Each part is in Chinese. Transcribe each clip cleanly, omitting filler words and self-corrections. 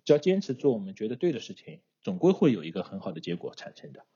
只要坚持做我们觉得对的事情，总归会有一个很好的结果产生的。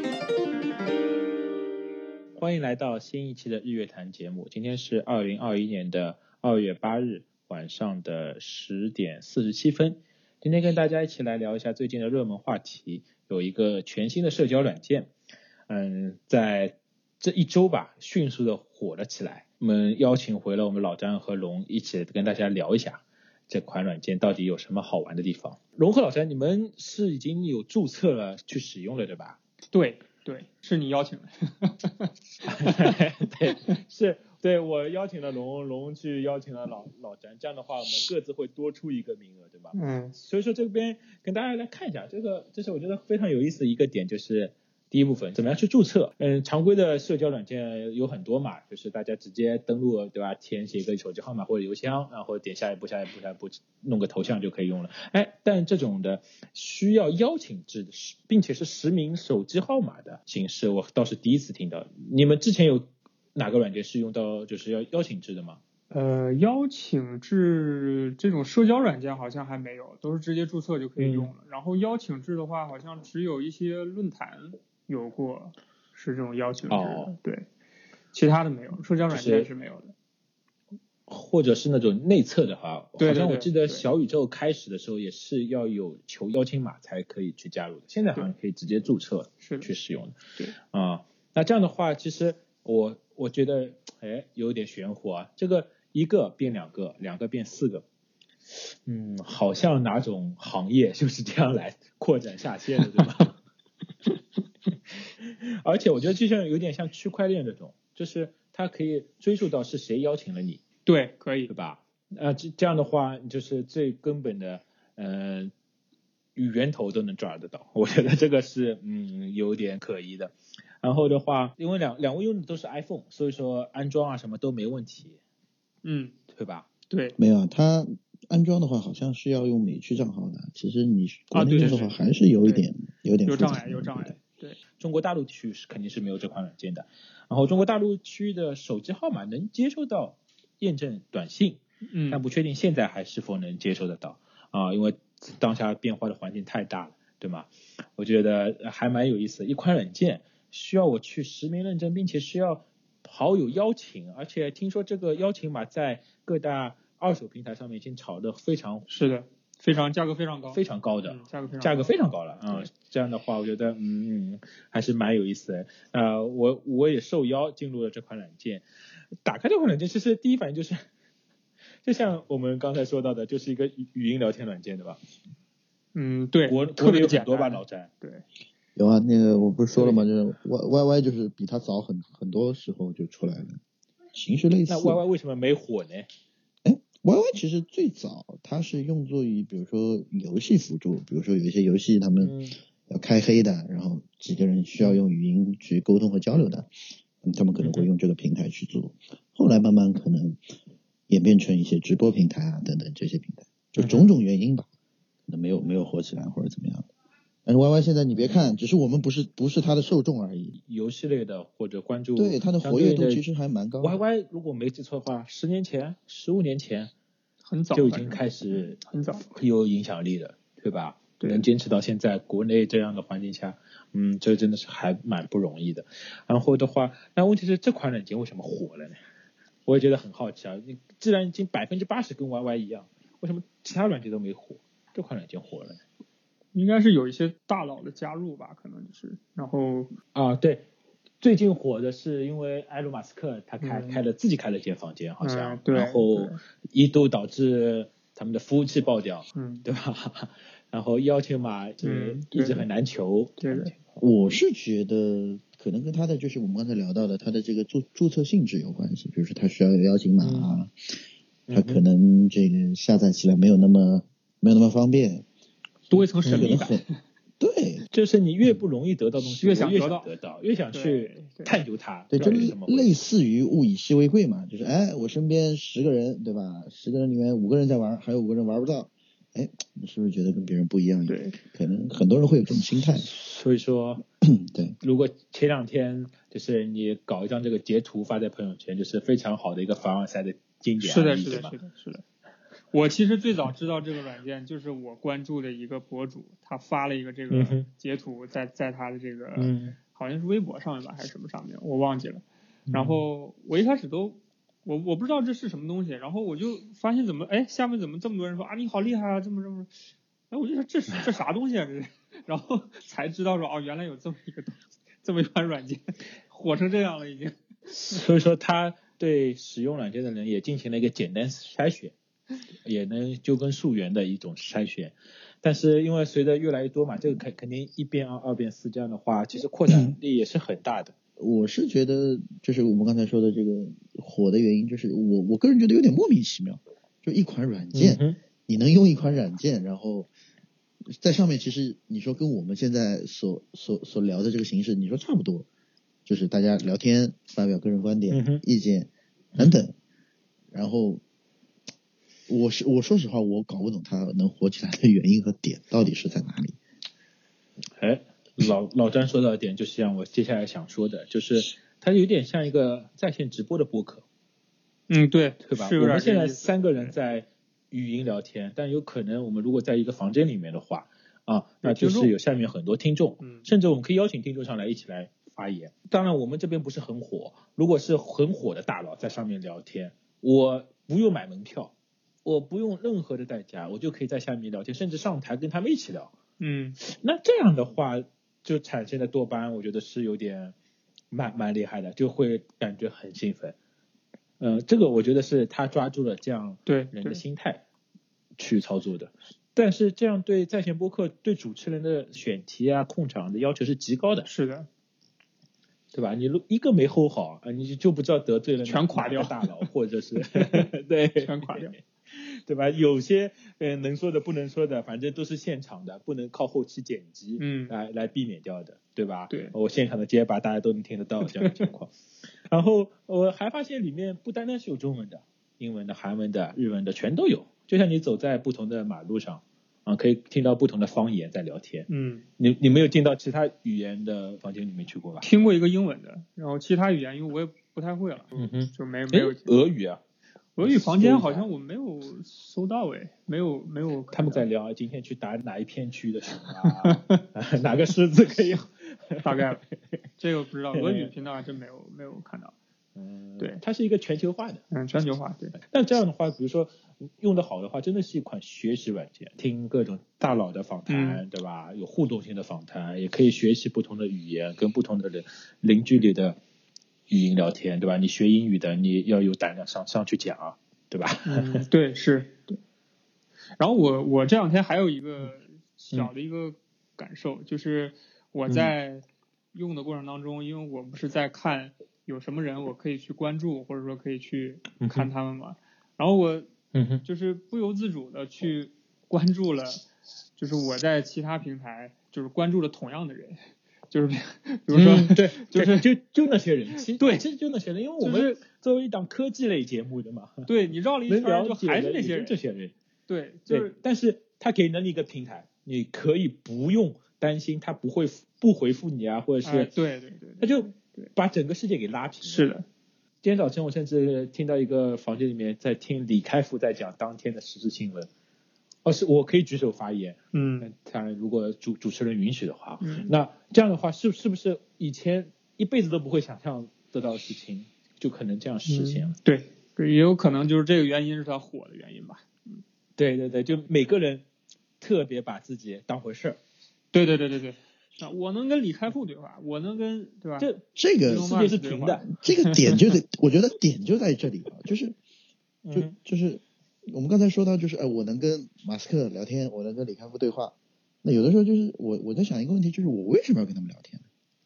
欢迎来到新一期的日月谈节目，今天是2021年的2月8日晚上的10点47分。今天跟大家一起来聊一下最近的热门话题，有一个全新的社交软件，在这一周吧，迅速的火了起来。我们邀请回了我们老张和龙一起跟大家聊一下这款软件到底有什么好玩的地方。龙和老张，你们是已经有注册了去使用了对吧？ 对，是你邀请的。 对，是对我邀请了龙去邀请了老詹，这样的话我们各自会多出一个名额，对吧？所以说这边跟大家来看一下，这是我觉得非常有意思的一个点，就是第一部分怎么样去注册。常规的社交软件有很多嘛，就是大家直接登录，对吧？填写一个手机号码或者邮箱，然后点下一步弄个头像就可以用了。但这种的需要邀请制，并且是实名手机号码的形式，我倒是第一次听到。你们之前有哪个软件是用到就是要邀请制的吗？ 邀请制这种社交软件好像还没有，都是直接注册就可以用了。然后邀请制的话，好像只有一些论坛有过是这种邀请制的，对，其他的没有，社交软件是没有的。 或者是那种内测的话， 对， 好像我记得小宇宙开始的时候也是要有求邀请码才可以去加入的，现在好像可以直接注册去使用的。 对那这样的话，其实我觉得有点玄乎啊，这个一个变两个，两个变四个，好像哪种行业就是这样来扩展下线的，对吧？而且我觉得就像有点像区块链这种，就是它可以追溯到是谁邀请了你。 对，可以， 对吧？这样的话，就是最根本的，源头都能抓得到。我觉得这个是有点可疑的。然后的话，因为两位用的都是 iPhone， 所以说安装啊什么都没问题。对吧？ 对， 没有啊，它安装的话好像是要用美区账号的。其实你国内用的话还是有点有障碍。对， 中国大陆区是肯定是没有这款软件的。然后中国大陆区的手机号码能接收到验证短信，但不确定现在还是否能接收得到因为当下变化的环境太大了，对吗？我觉得还蛮有意思的。一款软件需要我去实名认证，并且需要好友邀请，而且听说这个邀请码在各大二手平台上面已经炒得非常， 是的，价格非常高， 非常高的， 价格非常高了这样的话，我觉得还是蛮有意思的。我也受邀进入了这款软件，打开这款软件，其实第一反应就是，就像我们刚才说到的，就是一个语音聊天软件，对吧？ 对， 国内有很多吧，老詹。 对， 有啊，那个我不是说了吗？就是 YY 就是比它早很多时候就出来了，形式类似。 那 YY 为什么没火呢 ？YY 其实最早它是用作于比如说游戏辅助，比如说有一些游戏他们要开黑的，然后几个人需要用语音去沟通和交流的，他们可能会用这个平台去做。后来慢慢可能演变成一些直播平台啊等等这些平台，就种种原因吧，可能没有火起来或者怎么样的。但是 YY 现在你别看，只是我们不是它的受众而已。 游戏类的或者关注， 对它的活跃度其实还蛮高的。 YY 如果没记错的话，10年前、15年前， 很早就已经开始很早有影响力了，对吧？ 对， 能坚持到现在，国内这样的环境下，这真的是还蛮不容易的。然后的话，那问题是这款软件为什么火了呢？我也觉得很好奇啊。你既然已经80%跟 YY 一样，为什么其他软件都没火，这款软件火了呢？ 应该是有一些大佬的加入吧，可能就是，然后对，最近火的是因为埃隆马斯克他自己开了间房间，好像，然后一度导致他们的服务器爆掉，对吧？然后邀请码就一直很难求。 对的， 我是觉得可能跟他的就是我们刚才聊到的他的这个注册性质有关系，比如说他需要有邀请码啊，他可能这个下载起来没有那么方便。 多一层神秘感， 对， 就是你越不容易得到东西， 越想得到，越想去探究它。 对，就类似于物以稀为贵嘛，就是我身边10个人，对吧？10个人里面5个人在玩，还有5个人玩不到，你是不是觉得跟别人不一样？ 对， 可能很多人会有这种心态。 所以说， 对， 如果前2天就是你搞一张这个截图发在朋友圈，就是非常好的一个凡尔赛的经典案例，对吧？ 是的。 我其实最早知道这个软件，就是我关注的一个博主，他发了一个这个截图在他的这个好像是微博上面吧还是什么上面，我忘记了。然后我一开始都我不知道这是什么东西，然后我就发现下面怎么这么多人说啊你好厉害啊这么，哎我就说这啥东西啊这是，然后才知道说哦原来有这么一款软件火成这样了已经。 所以说他对使用软件的人也进行了一个简单筛选，也能就跟溯源的一种筛选。但是因为随着越来越多嘛，这个肯定1变2 2变4，这样的话其实扩展力也是很大的。 我是觉得就是我们刚才说的这个火的原因，就是我个人觉得有点莫名其妙，就一款软件，你能用一款软件，然后在上面其实你说跟我们现在所聊的这个形式你说差不多，就是大家聊天发表个人观点意见等等，然后我说实话我搞不懂它能火起来的原因和点到底是在哪里。 老詹说到的点就是像我接下来想说的，就是它有点像一个在线直播的播客。 对吧？我们现在3个人在语音聊天，但有可能我们如果在一个房间里面的话那就是有下面很多听众，甚至我们可以邀请听众上来一起来发言。当然我们这边不是很火，如果是很火的大佬在上面聊天，我不用买门票，我不用任何的代价，我就可以在下面聊天，甚至上台跟他们一起聊。那这样的话就产生的多巴胺，我觉得是有点蛮厉害的，就会感觉很兴奋。这个我觉得是他抓住了这样人的心态去操作的。但是这样对在线播客对主持人的选题啊控场的要求是极高的。 是的， 对吧？你一个没 hold 好你就不知道得罪了全垮掉大佬，或者是对全垮掉， 对吧？有些能说的不能说的，反正都是现场的，不能靠后期剪辑来避免掉的，对吧？ 对， 我现场的结巴大家都能听得到这样的情况。然后我还发现里面不单单是有中文的，英文的、韩文的、日文的全都有，就像你走在不同的马路上可以听到不同的方言在聊天。你没有进到其他语言的房间里面去过吧？ 听过一个英文的，然后其他语言因为我也不太会了，就没有。 俄语啊？ 俄语房间好像我没有搜到没有。 他们在聊今天去打哪一片区的熊哪个狮子可以？ 大概这个不知道，俄语频道还真没有看到。对， 它是一个全球化的。 全球化，对。 但这样的话，比如说用得好的话，真的是一款学习软件，听各种大佬的访谈，对吧？有互动性的访谈，也可以学习不同的语言，跟不同的人零距离的语音聊天，对吧？你学英语的，你要有胆量上去讲，对吧？ 对，是。对。然后我这两天还有一个小的一个感受，就是我在用的过程当中，因为我不是在看有什么人我可以去关注，或者说可以去看他们嘛，然后我就是不由自主的去关注了，就是我在其他平台就是关注了同样的人，就是比如说对，就那些人，其实就那些人，因为我们作为一档科技类节目的嘛， 对你绕了一圈就还是那些人， 这些人， 对， 但是他给了你一个平台，你可以不用担心他不回复你啊，或者是对， 他就把整个世界给拉平了。 是的。 今天早晨我甚至听到一个房间里面在听李开复在讲当天的时事新闻，是我可以举手发言，当然如果主持人允许的话，那这样的话是不是以前一辈子都不会想象得到的事情，就可能这样实现了？ 对，也有可能就是这个原因是他火的原因吧。 对，就每个人特别把自己当回事儿。 对。我能跟李开复对话，我能跟对吧？ 这个世界是平的， 这个点我觉得点就在这里就是我们刚才说到就是我能跟马斯克聊天，我能跟李开复对话，那有的时候就是我在想一个问题，就是我为什么要跟他们聊天？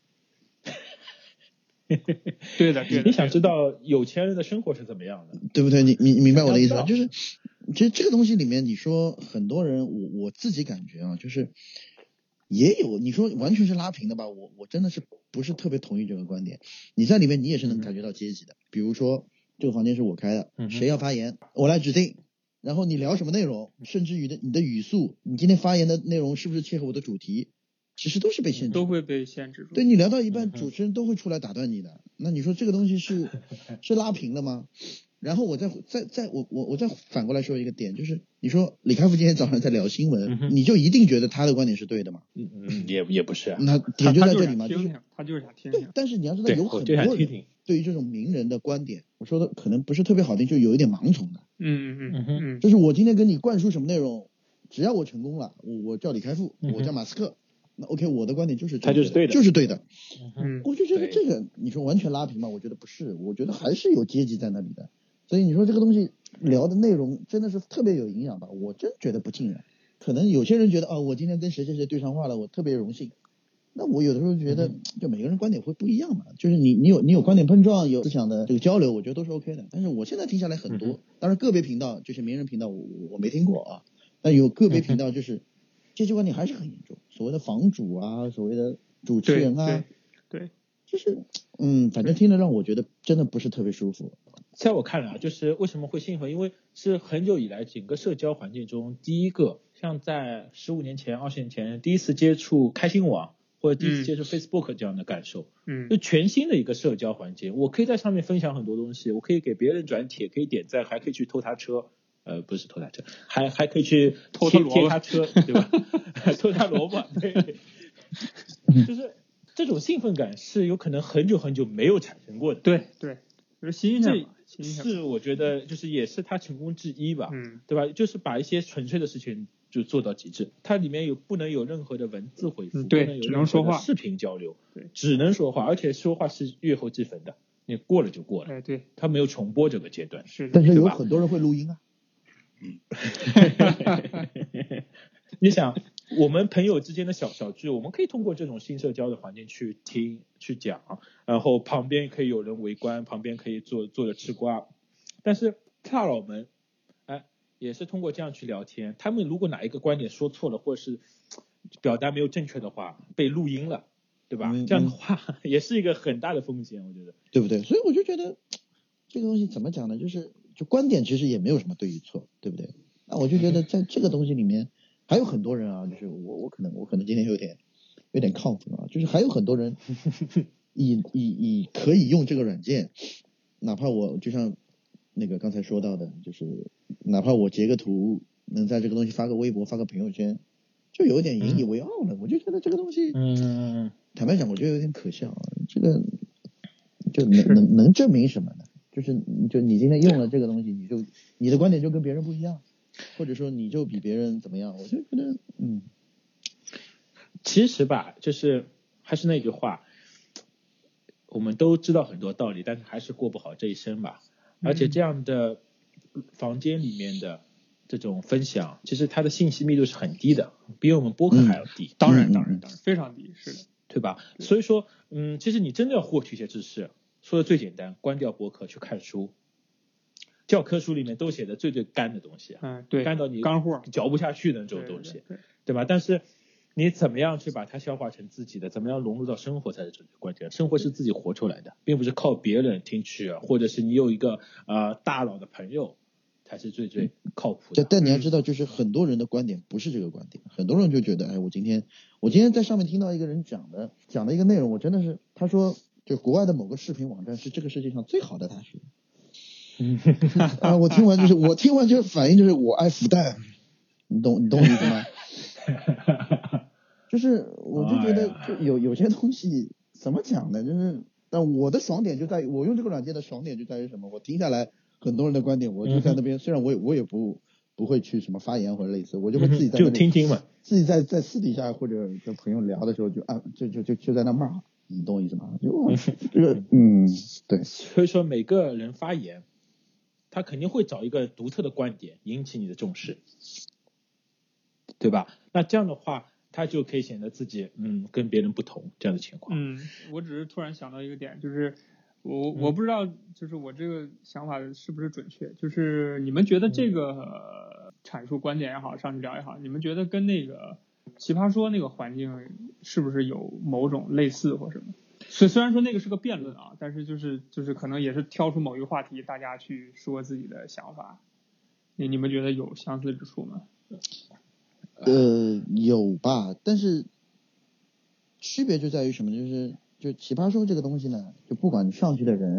对的， 你想知道有钱人的生活是怎么样的， 对不对？你明白我的意思吧？就是其实这个东西里面，你说很多人，我自己感觉就是也有你说完全是拉平的吧，我真的是不是特别同意这个观点。你在里面你也是能感觉到阶级的，比如说这个房间是我开的，谁要发言我来指定，然后你聊什么内容，甚至于你的语速，你今天发言的内容是不是切合我的主题，其实都是被限制， 都会被限制住。 对，你聊到一半，主持人都会出来打断你的。那你说这个东西是拉平了吗？ 然后我再反过来说一个点，就是你说李开复今天早上在聊新闻，你就一定觉得他的观点是对的吗？ 也不是啊。 那点就在这里嘛， 他就是想听。 对，但是你要知道有很多人对于这种名人的观点，我说的可能不是特别好听，就有一点盲从的。就是我今天跟你灌输什么内容，只要我成功了，我叫李开复，我叫马斯克，那 OK， 我的观点就是他就是对的， 就是对的。我就觉得这个你说完全拉平嘛，我觉得不是，我觉得还是有阶级在那里的。所以你说这个东西聊的内容真的是特别有营养吧？我真觉得不尽然。可能有些人觉得我今天跟谁谁谁对上话了，我特别荣幸。那我有的时候觉得，就每个人观点会不一样嘛，就是你有观点碰撞，有思想的这个交流，我觉得都是 OK 的。但是我现在听下来很多，当然个别频道就是名人频道我没听过啊，但有个别频道就是阶级观点还是很严重，所谓的房主啊，所谓的主持人啊， 对， 就是反正听着让我觉得真的不是特别舒服。 在我看来啊，就是为什么会兴奋，因为是很久以来整个社交环境中第一个，像在15年前、20年前第一次接触开心网或者第一次接触 Facebook 这样的感受，就全新的一个社交环境，我可以在上面分享很多东西，我可以给别人转帖，可以点赞，还可以去偷他车，不是偷他车，还可以去贴他车，对吧？偷他萝卜，对，就是这种兴奋感是有可能很久很久没有产生过的。 对，就是新鲜嘛。 是我觉得就是也是他成功之一吧，对吧？就是把一些纯粹的事情就做到极致，它里面不能有任何的文字回复， 对， 不能有任何的视频交流， 对， 只能说话，而且说话是阅后即焚的，你过了就过了， 对， 他没有重播这个阶段， 是的， 但是有很多人会录音啊。 你想，我们朋友之间的小聚，我们可以通过这种新社交的环境去听去讲，然后旁边可以有人围观，旁边可以坐着吃瓜。但是大佬们，也是通过这样去聊天，他们如果哪一个观点说错了，或者是表达没有正确的话，被录音了，对吧？这样的话也是一个很大的风险，我觉得， 对不对？所以我就觉得这个东西怎么讲呢？就观点其实也没有什么对与错，对不对？那我就觉得在这个东西里面还有很多人啊，就是我可能今天有点亢奋啊，就是还有很多人以可以用这个软件，哪怕我就像那个刚才说到的，就是哪怕我截个图能在这个东西发个微博发个朋友圈，就有点引以为傲了。我就觉得这个东西坦白讲我觉得有点可笑啊，这个就能证明什么呢？就你今天用了这个东西，你的观点就跟别人不一样，或者说你就比别人怎么样，我就觉得其实吧，就是还是那句话，我们都知道很多道理，但是还是过不好这一生吧。而且这样的房间里面的这种分享，其实它的信息密度是很低的，比我们播客还要低。 当然非常低，是的， 对吧？所以说其实你真的要获取一些知识，说的最简单，关掉播客去看书，教科书里面都写的最干的东西对， 干到你干货嚼不下去的这种东西，对吧？但是你怎么样去把它消化成自己的，怎么样融入到生活才是最关键。生活是自己活出来的，并不是靠别人听取，或者是你有一个大佬的朋友才是最靠谱的。 但你要知道，就是很多人的观点不是这个观点，很多人就觉得，我今天在上面听到一个人讲的一个内容，我真的是，他说就国外的某个视频网站是这个世界上最好的大学。我听完就反应就是我爱复旦，你懂我意思吗？就是我就觉得就有些东西怎么讲呢？就是但我的爽点就在于我用这个软件的爽点就在于什么？我听下来很多人的观点，我就在那边，虽然我也不会去什么发言或者类似，我就会自己在那里就听嘛， 自己在私底下或者跟朋友聊的时候就在那骂，你懂我意思吗？就这个对。 所以说每个人发言，他肯定会找一个独特的观点引起你的重视，对吧？那这样的话他就可以显得自己跟别人不同这样的情况。 我只是突然想到一个点，就是我不知道就是我这个想法是不是准确，就是你们觉得这个阐述观点也好，上去聊也好，你们觉得跟那个奇葩说那个环境是不是有某种类似或什么？虽然说那个是个辩论啊，但是就是可能也是挑出某一个话题，大家去说自己的想法。你们觉得有相似之处吗？ 有吧，但是区别就在于什么？就奇葩说这个东西呢，就不管上去的人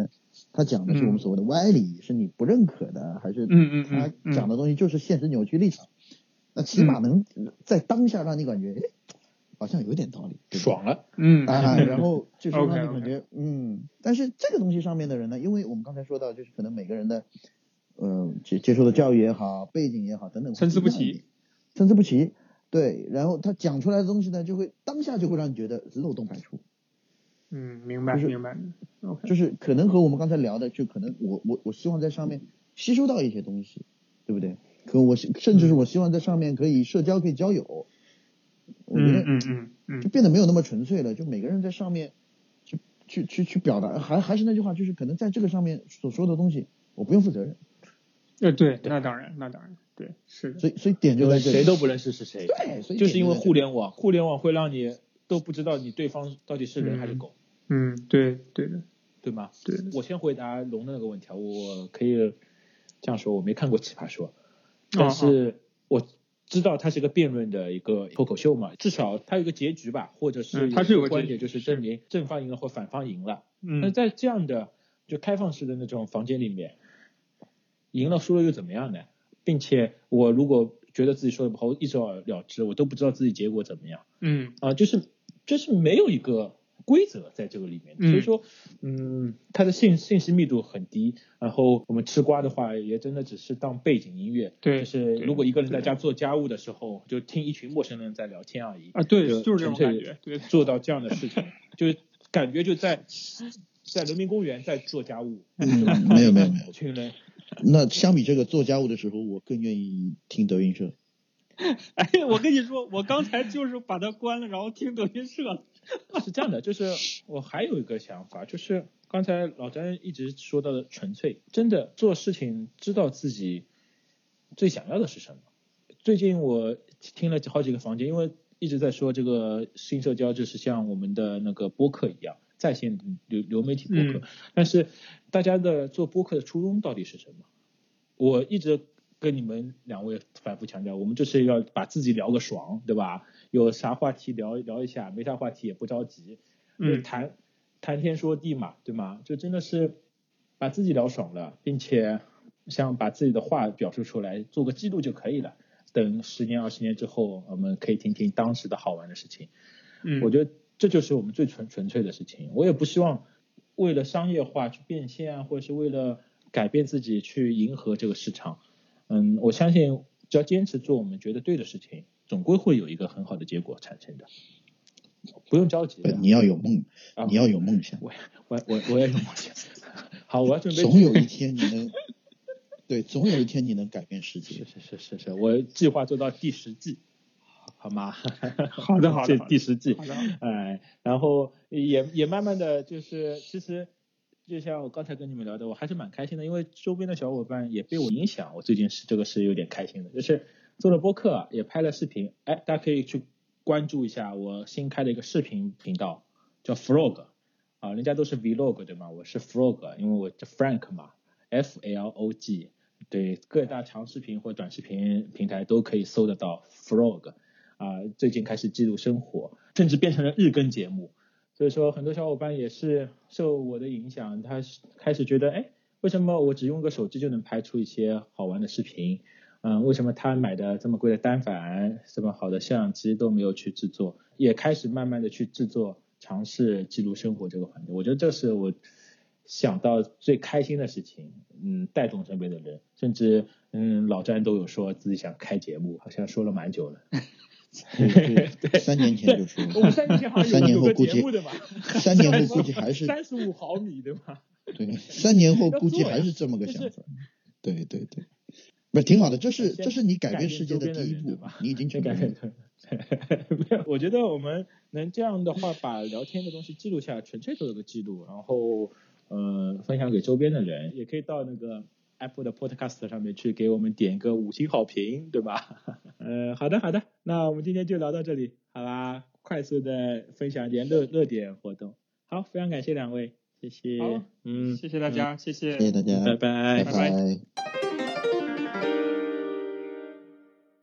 他讲的是我们所谓的歪理，是你不认可的，还是他讲的东西就是现实扭曲立场？那起码能在当下让你感觉，好像有点道理， 爽了， 然后就是让你感觉，但是这个东西上面的人呢，因为我们刚才说到，就是可能每个人的，接受的教育也好，背景也好等等， 参差不齐， 对，然后他讲出来的东西呢，就会当下就会让你觉得漏洞百出。 明白。OK， 就是可能和我们刚才聊的，就可能我希望在上面吸收到一些东西，对不对？可我甚至是我希望在上面可以社交，可以交友。我觉得就变得没有那么纯粹了，就每个人在上面去表达，还是那句话，就是可能在这个上面所说的东西，我不用负责任。 对，那当然，对，是的。 所以点就在这里， 谁都不认识是谁。 对，所以就是因为互联网会让你都不知道你对方到底是人还是狗。 对的， 对吗？ 对的。 我先回答龙的那个问题啊，我可以这样说，我没看过奇葩说，但是我知道它是一个辩论的一个脱口秀嘛，至少它有个结局吧，或者是它是有个观点，就是证明正方赢了或反方赢了。那在这样的就开放式的那种房间里面，赢了输了又怎么样呢？并且我如果觉得自己说的不好，我一走了之，我都不知道自己结果怎么样。就是没有一个规则在这个里面，所以说，它的信息密度很低。然后我们吃瓜的话，也真的只是当背景音乐。 对， 就是如果一个人在家做家务的时候，就听一群陌生人在聊天而已。 对，就是这种感觉。对， 做到这样的事情，就感觉就在人民公园在做家务。 没有， 群人。 那相比这个做家务的时候，我更愿意听德云社。 我跟你说，我刚才就是把它关了，然后听德云社了。 是这样的，就是我还有一个想法，就是刚才老詹一直说到的纯粹，真的做事情知道自己最想要的是什么。最近我听了好几个房间，因为一直在说这个新社交就是像我们的那个播客一样，在线流媒体播客，但是大家的做播客的初衷到底是什么？我一直跟你们两位反复强调，我们就是要把自己聊个爽，对吧？有啥话题聊一下，没啥话题也不着急，谈天说地嘛，对吗？就真的是把自己聊爽了，并且想把自己的话表述出来，做个记录就可以了。等10年20年之后，我们可以听听当时的好玩的事情。我觉得这就是我们最纯粹的事情。我也不希望为了商业化去变现，或者是为了改变自己去迎合这个市场。我相信只要坚持做我们觉得对的事情，总归会有一个很好的结果产生的。不用着急。 你要有梦，你要有梦想。 我也有梦想。好，我要准备。 总有一天你能，对，总有一天你能改变世界。 是，我计划做到第10季。好吗？ 好的， 这第10季。 好的。 然后也慢慢的就是，其实就像我刚才跟你们聊的，我还是蛮开心的，因为周边的小伙伴也被我影响，我最近这个是有点开心的，就是做了播客，也拍了视频。大家可以去关注一下我新开的一个视频频道，叫 Frog 啊，人家都是 Vlog 对吗？我是 Frog， 因为我叫 Frank 嘛 ，FLOG， 对，各大长视频或短视频平台都可以搜得到 Frog。最近开始记录生活，甚至变成了日更节目。所以说很多小伙伴也是受我的影响，他开始觉得，为什么我只用个手机就能拍出一些好玩的视频？为什么他买的这么贵的单反，这么好的相机都没有去制作？也开始慢慢的去制作，尝试记录生活这个环节。我觉得这是我想到最开心的事情。带动身边的人，甚至老詹都有说自己想开节目，好像说了蛮久了。 对，3年前就说， 我们3年前好像有个节目的吧 ，3年后估计还是 35毫米对吧？ 对，3年后估计还是这么个想法。对，不挺好的，这是你改变世界的第一步，你已经改变了。 我觉得我们能这样的话，把聊天的东西记录下来，纯粹做一个记录，然后分享给周边的人，也可以到那个Apple 的 Podcast 上面去给我们点个5星好评，对吧？好的，那我们今天就聊到这里，好吧？快速的分享一点热点活动。好，非常感谢两位，谢谢。 好，谢谢大家，谢谢大家， 拜拜。